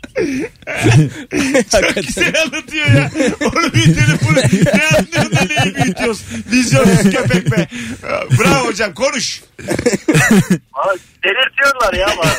Çok güzel anlatıyor ya. Onu büyütelim bunu. Ne anlıyorsun da neyi büyütüyoruz? Vizyonsuz köpek be. Bravo hocam, konuş. Delirtiyorlar ya bana.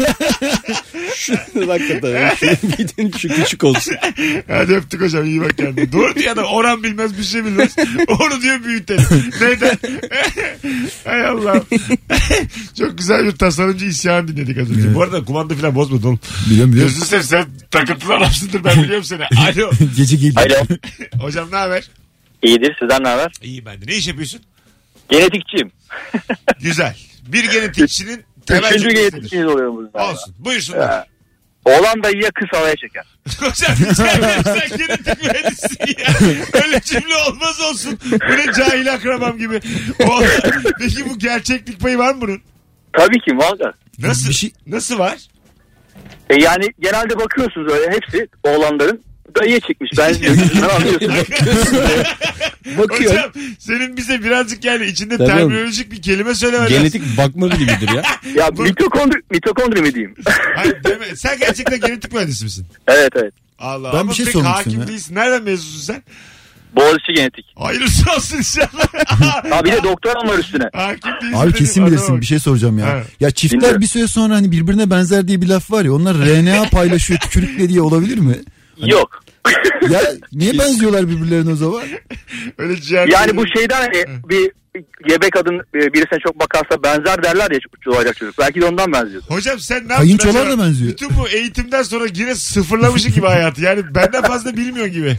Hakikaten. Şu küçük olsun. Hadi öptük hocam, iyi bak kendine. Doğru diyor adam, oran bilmez, bir şey bilmez. Onu diyor büyütelim. Neden? Hay Allah. Çok güzel bir tasarımcı isyan dinledik az önce. Bu arada kumanda falan bozmadın oğlum. Biliyorum. Gözünü seveyim, sen takıntılı adamsındır, ben biliyorum seni. Alo. Gece geliyor. Alo. Hocam ne haber? İyidir, sizden ne haber? İyi ben de. Ne iş yapıyorsun? Genetikçiyim. Güzel. Bir genetikçinin temel Üçüncü cümlesi genetik nedir? şeyiz oluyor burada. Olsun. Buyursunlar. Oğlan dayıya kız havaya çeker. Hocam sen genetik mühendissin ya. Öyle cümle olmaz olsun. Bu ne cahil akrabam gibi. Peki bu gerçeklik payı var mı bunun? Tabii ki muhakkak. Nasıl? Nasıl var? Yani genelde bakıyorsunuz öyle hepsi oğlanların dayıya çıkmış. Benziyor. Yüzünden anlıyorsunuz. Bakıyor. Hocam senin bize birazcık yani içinde Tabii terminolojik bir kelime söylemen lazım. Genetik bakma bilimidir ya. Ya mitokondri mi diyeyim? Hayır, deme. Sen gerçekten genetik mühendisi misin? Evet evet. Allah. Ben Ama bir şey pek sormak hakim istiyorum ya. değilsin. Nereden mezunsun sen? Boğaziçi genetik. Hayırlısı olsun inşallah. Ha bir de doktoram var üstüne. Hakim değilsin. Abi dedim, kesin adama bilirsin bak. bir şey soracağım ya. Ha. Ya çiftler Bilmiyorum. bir süre sonra hani birbirine benzer diye bir laf var ya, onlar RNA paylaşıyor tükürükle diye olabilir mi? Yok. Ya niye benziyorlar birbirlerine o zaman? Öyle ciğer. Yani bu şeyden hani bir gebe kadın birisine çok bakarsa benzer derler ya doğacak çocuk. Belki de ondan benziyor. Hocam sen ne yaptın? Kayınçolar acaba? da benziyor. Bütün bu eğitimden sonra yine sıfırlamışı gibi hayatı. Yani benden fazla bilmiyorsun gibi.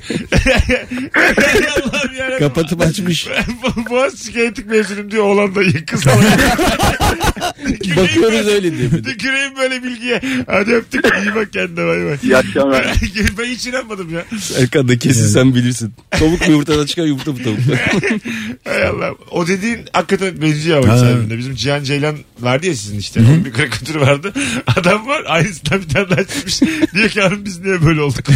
Allah'ım yarabbim. Kapatıp açmış. Boğaziçi genetik mezunum diyor oğlan da kız alıyor. Bakıyoruz öyle diye. Tüküreyim böyle bilgiye. Hadi öptük. İyi bak kendine bay bay. İyi akşamlar. Ben hiç inanmadım ya. Erkan da kesin sen bilirsin. Tavuk mu yumurtadan çıkar, yumurta mı tavuk mu? Hay Allah. O dediğin hakikaten benziyor ama Ha. hesabında. Bizim Cihan Ceylan vardı ya sizin işte. Onun bir karikatürü vardı. Adam var aynısından bir tane daha çıkmış. Diyor ki hanım biz niye böyle olduk?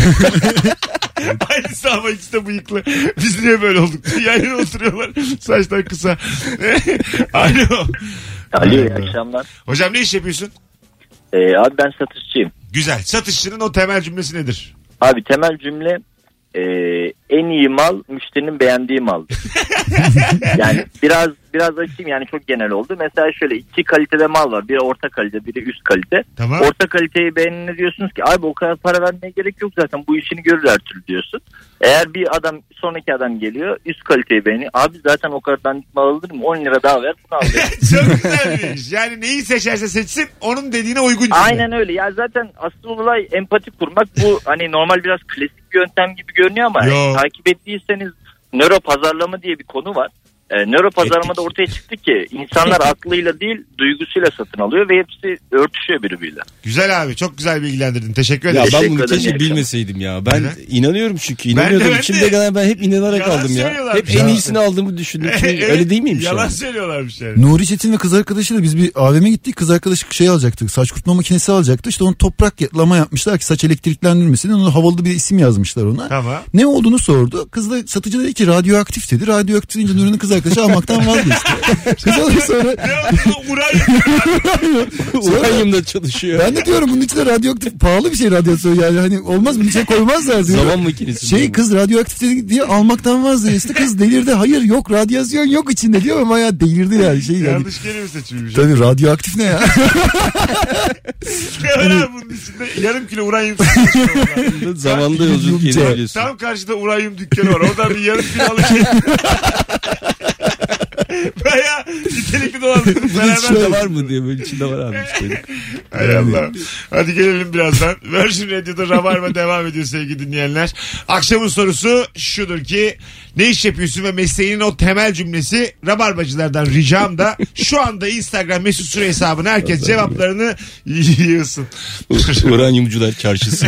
Aynısı ama ikisi de bıyıklı. Biz niye böyle olduk? Yan yana oturuyorlar. Saçlar kısa. Alo. Alo iyi akşamlar. Hocam ne iş yapıyorsun? Abi ben satışçıyım. Güzel. Satışçının o temel cümlesi nedir? Abi temel cümle en iyi mal müşterinin beğendiği mal. Yani biraz açayım yani çok genel oldu. Mesela şöyle iki kalitede mal var. Biri orta kalite, biri üst kalite. Tamam. Orta kaliteyi beğenene diyorsunuz ki abi o kadar para vermeye gerek yok zaten bu işini görür her türlü diyorsun. Eğer bir adam sonraki adam geliyor üst kaliteyi beğeniyor. Abi zaten o kadar dandik mal alır mı? 10 lira daha ver bunu al. Çok güzel bir iş. Yani neyi seçerse seçsin onun dediğine uygun cümle. Aynen öyle. Ya zaten asıl olay empati kurmak. Bu hani normal biraz klasik bir yöntem gibi görünüyor ama Yo. takip ettiyseniz nöro pazarlama diye bir konu var. Nöro pazarlamada ortaya çıktı ki insanlar aklıyla değil duygusuyla satın alıyor ve hepsi örtüşüyor birbiriyle. Güzel abi. Çok güzel bilgilendirdin. Teşekkür Ya ederim. ben Teşekkür bunu ederim. keşke bilmeseydim ya. Ben Neden? inanıyorum çünkü. Ben İnanıyordum. de. İçimde kadar ben hep inanarak Yalan aldım ya. söylüyorlarmış Hep en ya. iyisini aldığımı düşündüm. Evet, Öyle değil miymiş yalan yani? söylüyorlarmış yani. Nuri Çetin ve kız arkadaşıyla biz bir AVM'e gittik. Kız arkadaşı şey alacaktı. Saç kurutma makinesi alacaktı. İşte onu topraklama yapmışlar ki saç elektriklendirmesin. Onu havalı bir isim yazmışlar ona. Tamam. Ne olduğunu sordu. Kız da satıcı dedi ki radyoaktif dedi. Radyoaktif deyince Nuri'nin kız arkadaşı almaktan vazgeçti. Kız ondan sonra Ne oldu? Uranyum. Uranyumda çalışıyor. ben de diyorum bunun içinde radyoaktif pahalı bir şey radyasyon yani. Hani olmaz bunun içine koymazlar diyor. Zaman makinesi. Şey kız radyoaktif dedi diye almaktan vazgeçti. Kız delirdi. Hayır yok radyasyon yok içinde diyor ama ya delirdi yani. Şey yani. Yanlış kelime seçilmiş. Tabii radyoaktif ne ya? Ne var abi bunun içinde? Yarım kilo uranyum seçilmiş. Zamanda yolculuk Yumca. yeri biliyorsun. Tam karşıda uranyum dükkanı var. Oradan bir yarım kilo alışveriş. Baya nitelikli dolandırdık Bunun beraber. içinde var mı diye böyle içinde var abi. işte. Hay Allah. Hadi gelelim birazdan. Virgin Radio'da Rabarba devam ediyor sevgili dinleyenler. Akşamın sorusu şudur ki ne iş yapıyorsun ve mesleğinin o temel cümlesi Rabarbacılardan ricam da şu anda Instagram Mesut Süre hesabına herkes cevaplarını yığsın. Uranyumcular çarşısı.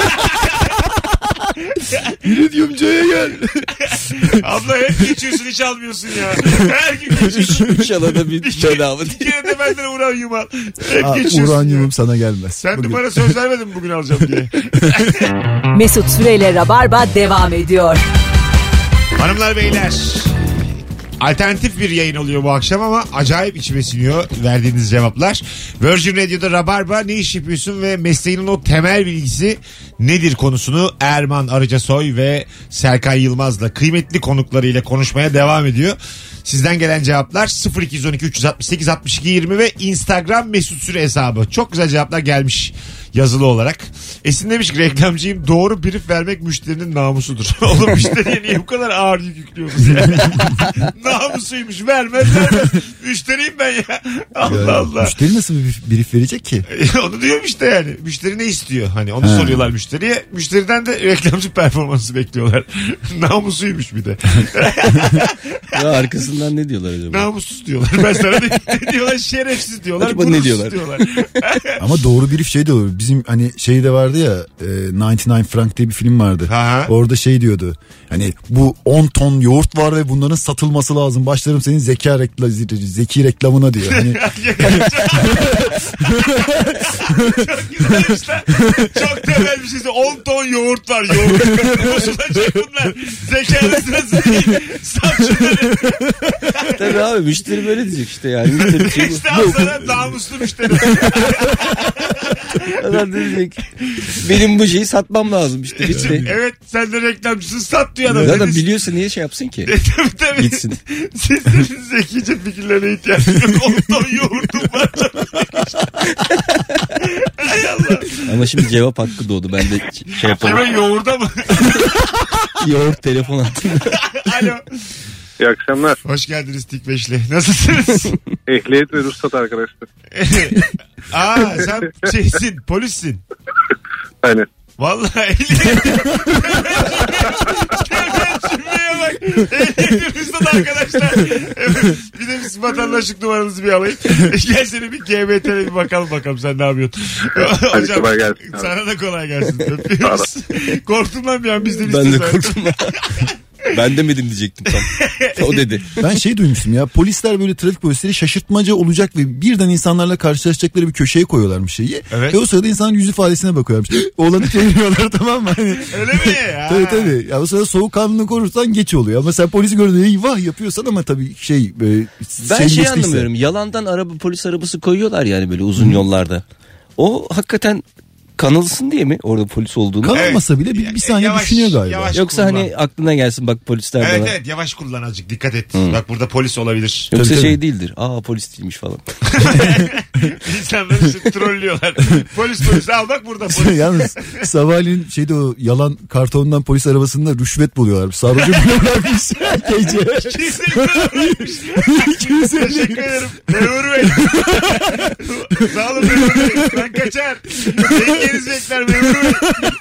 İridyumcuya gel. Abla hep geçiyorsun hiç almıyorsun ya. Her gün geçiyorsun. İnşallah da bir bedava. Bir kere de benden uranyum al. Hep Aa, geçiyorsun uranyumum ya. sana gelmez. Sen Bugün. de bana söz vermedin mi bugün alacağım diye. Mesut Süreyle Rabarba devam ediyor. Hanımlar beyler. Alternatif bir yayın oluyor bu akşam ama acayip içime siniyor verdiğiniz cevaplar. Virgin Radio'da Rabarba ne iş yapıyorsun ve mesleğinin o temel bilgisi nedir konusunu Erman Arıcasoy ve Serkan Yılmaz'la kıymetli konuklarıyla konuşmaya devam ediyor. Sizden gelen cevaplar 0212 368 62 20 ve Instagram Mesut Süre hesabı. Çok güzel cevaplar gelmiş. yazılı olarak. Esin demiş ki reklamcıyım, doğru brief vermek müşterinin namusudur. Oğlum müşteriye niye bu kadar ağır yük yüklüyorsunuz ya? Namusuymuş, vermez. Müşteriyim ben ya. Allah Allah. Müşteri nasıl bir brief verecek ki? Onu diyorum işte yani. Müşteri ne istiyor? Hani onu soruyorlar müşteriye. Müşteriden de reklamcı performansı bekliyorlar. Namusuymuş bir de. Ya arkasından ne diyorlar acaba? Namussuz diyorlar. Ben sana ne diyorlar? Şerefsiz diyorlar. Acaba ne diyorlar? Ama doğru brief şey de olur. Bizim hani şey de vardı ya 99 Frank diye bir film vardı. Aha. Orada şey diyordu. Hani bu 10 ton yoğurt var ve bunların satılması lazım. Başlarım senin zeki reklamına diyor. Hani Çok güzelmiş lan. Çok temel bir şeyse 10 ton yoğurt var. Yoğurt. Boşulacak bunlar. Zekalı sırası değil. Sat şunları. Tabii abi müşteri böyle diyecek işte yani. Müşteri şey İşte al sana namuslu müşteri. adam diyecek. Benim bu şeyi satmam lazım işte. Bitti. Evet sen de reklamcısın, sat diyor adam. Zaten biliyorsa niye şey yapsın ki? Tabii. Gitsin. Sizlerin zekice fikirlerine ihtiyacım yok. 10 ton yoğurtum var. Hay Allah. Ama şimdi cevap hakkı doğdu. Ben de şey yapalım. Hemen yoğurda mı? Yoğurt telefon attım. Alo. İyi akşamlar. Hoş geldiniz Tikbeşli. Nasılsınız? Ehliyet ve ruhsat arkadaşlar. Sen şeysin, polissin. Aynen. Vallahi ehliyet. Cümleye bak. Ehliyet ruhsat arkadaşlar. Bir de biz vatandaşlık numaranızı bir alayım. Gel seni bir GBT'le bir bakalım sen ne yapıyorsun. Hadi kolay gelsin. Sana da kolay gelsin. Öpüyoruz. Korktum lan bir an biz de Ben de korktum. Ben demedim diyecektim tam. O dedi. ben şey duymuştum ya, polisler böyle trafik polisleri şaşırtmaca olacak ve birden insanlarla karşılaşacakları bir köşeye koyuyorlarmış şeyi. Evet. Ve o sırada insanın yüz ifadesine bakıyorlarmış. Oğlanı çeviriyorlar, tamam mı? Hani, öyle mi ya? tabii. Ya o sırada soğukkanlılığını korursan geç oluyor. Ama sen polisi gördüğünde eyvah yapıyorsan ama tabii şey... Ben şey anlamıyorum. Yalandan polis arabası koyuyorlar yani böyle uzun yollarda. O hakikaten kanılsın diye mi orada polis olduğunu? Kanılmasa bile bir saniye Yavaş, düşünüyor galiba. yavaş Yoksa kullan. hani aklına gelsin bak polisler Evet bana. evet, yavaş kullan azıcık, dikkat et. Bak burada polis olabilir. Yoksa Tabii, şey tabii. değildir. Polis değilmiş falan. İnsanları işte trollüyorlar. Polis al bak burada polis. Yalnız sabahleyin şeyde o yalan kartondan polis arabasında rüşvet buluyorlar. Sarhoşu buluyorlarmış. Gece. Teşekkür ederim. Memur Bey. Sağ olun Memur Bey. Ben kaçar. Yengeniz bekler Memur Bey.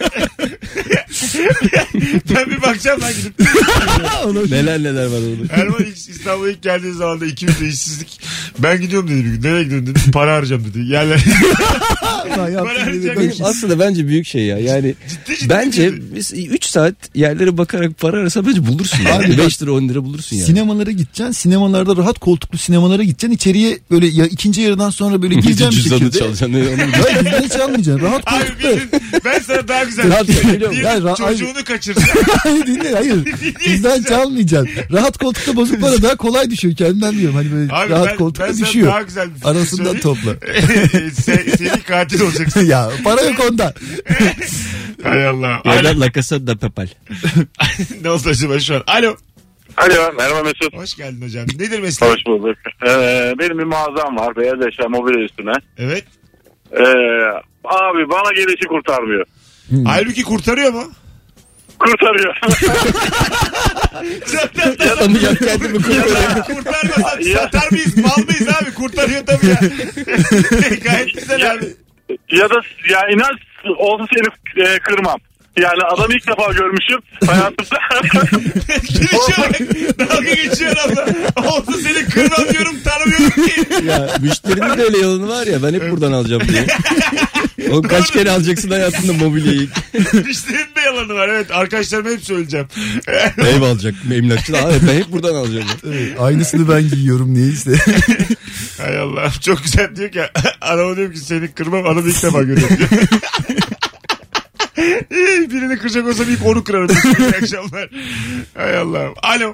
Ben bir bakacağım lan gidip. neler var orada. Erman İstanbul'a ilk geldiği zaman da ikimiz de işsizlik. Ben gidiyorum dedi bir gün. Nereye gidiyorum dedi. Para harcayacağım dedi. Yerler. Benim aslında bence büyük şey ya. Yani ciddi bence ciddi. biz 3 saat yerlere bakarak para arasa bence bulursun yani. Abi 5 lira 10 lira bulursun yani. Sinemalara gideceksin. Sinemalarda rahat koltuklu sinemalara gideceksin. İçeriye böyle ikinci yarıdan sonra böyle gireceğim bir Cüzdanı şekilde. çalacaksın. Hayır, cüzdanı hiç almayacaksın. Rahat Abi koltukta. ben sana daha güzel. Rahat söylüyorum. Bir Yani çocuğunu kaçırsın. Hayır dinle, hayır. Cüzdan çalmayacaksın. Rahat koltukta bozuk para daha kolay düşüyor. Kendimden diyorum. Hani böyle Abi rahat ben koltukta sana düşüyor. daha güzel bir fikir Arasından söyleyeyim. topla. Seni katil olacaksın. Ya para yok onda. Hay Allah. Ya Alo. da La Casa de Papel. Ne oldu acaba şu an? Alo. Alo merhaba Mesut. Hoş geldin hocam. Nedir mesleğin? Hoş bulduk. Benim bir mağazam var. Beyaz eşya mobilya üstüne. Evet. Abi bana gelişi kurtarmıyor. Halbuki kurtarıyor mu? Kurtarıyor. Yatamayacağım kendimi kurtarıyorum. Kurtarmasa satar mıyız? Mal mıyız abi? Kurtarıyor tabii ya. Gayet güzel abi. Ya da ya inan olsa seni kırmam. Yani adamı ilk defa görmüşüm hayatımda. Gülüşüyor. Dalga geçiyor abla. Olsa seni kırmam diyorum, tanımıyorum ki. Ya müşterinin de öyle yalanı var ya, ben hep buradan alacağım diye. O kaç kere alacaksın hayatında mobilyayı? Müşterinin de yalanı var, evet. Arkadaşlarıma hep söyleyeceğim. Ev alacak emlakçı da. Ben hep buradan alacağım. Aynısını ben giyiyorum niye işte. Hay Allah. Çok güzel diyor ki. Adama diyorum ki seni kırmam, adamı ilk defa görüyorum diyor. Birini kıracak olsam ilk onu kırarım. İyi akşamlar. Hay Allah. Alo.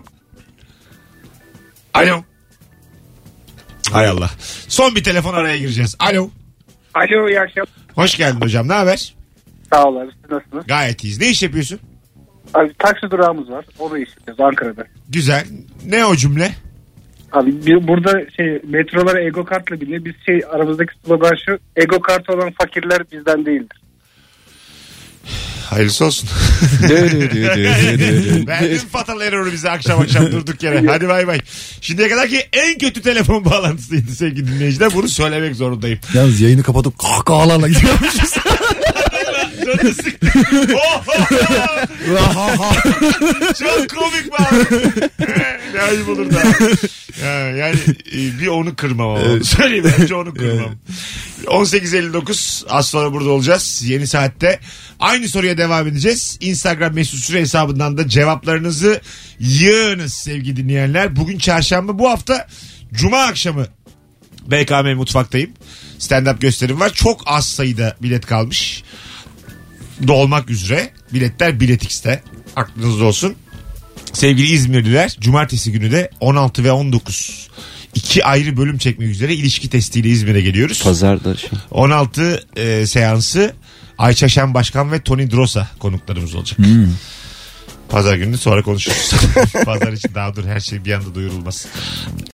Alo. Hay Allah. Son bir telefon araya gireceğiz. Alo. Alo, iyi akşamlar. Hoş geldin hocam. Ne haber? Sağ ol abi, siz nasılsınız? Gayet iyiyiz. Ne iş yapıyorsun? Abi taksi durağımız var. Onu iş yapıyoruz Ankara'da. Güzel. Ne o cümle? Abi burada metrolara ego kartla biniyor. Biz aramızdaki slogan şu: ego kartı olan fakirler bizden değildir. Hayırlısı olsun. Verdin fatal error'u bize akşam durduk yere. Hadi bay bay. Şimdiye kadar ki en kötü telefon bağlantısıydı sevgili dinleyiciler. Bunu söylemek zorundayım. Yalnız yayını kapatıp kahkahalarla gidiyormuşuz. Canı sıktı. Çok komik mi abi? Ne ayıp olur da. Yani bir onu kırmam ama. Söyleyeyim önce onu kırmam. 18.59 az sonra burada olacağız. Yeni saatte aynı soruya devam edeceğiz. Instagram mesut süre hesabından da cevaplarınızı yığınız sevgili dinleyenler. Bugün çarşamba, bu hafta cuma akşamı BKM Mutfak'tayım. Stand-up gösterim var. Çok az sayıda bilet kalmış. Dolmak üzere. Biletler Bilet X'te. Aklınızda olsun. Sevgili İzmirliler, cumartesi günü de 16 ve 19 2 ayrı bölüm çekmek üzere ilişki testiyle İzmir'e geliyoruz. Pazarda 16 seansı Ayça Şen Başkan ve Tony Drosa konuklarımız olacak. Pazar günü sonra konuşuruz. Pazar için daha dur, her şey bir anda duyurulmaz.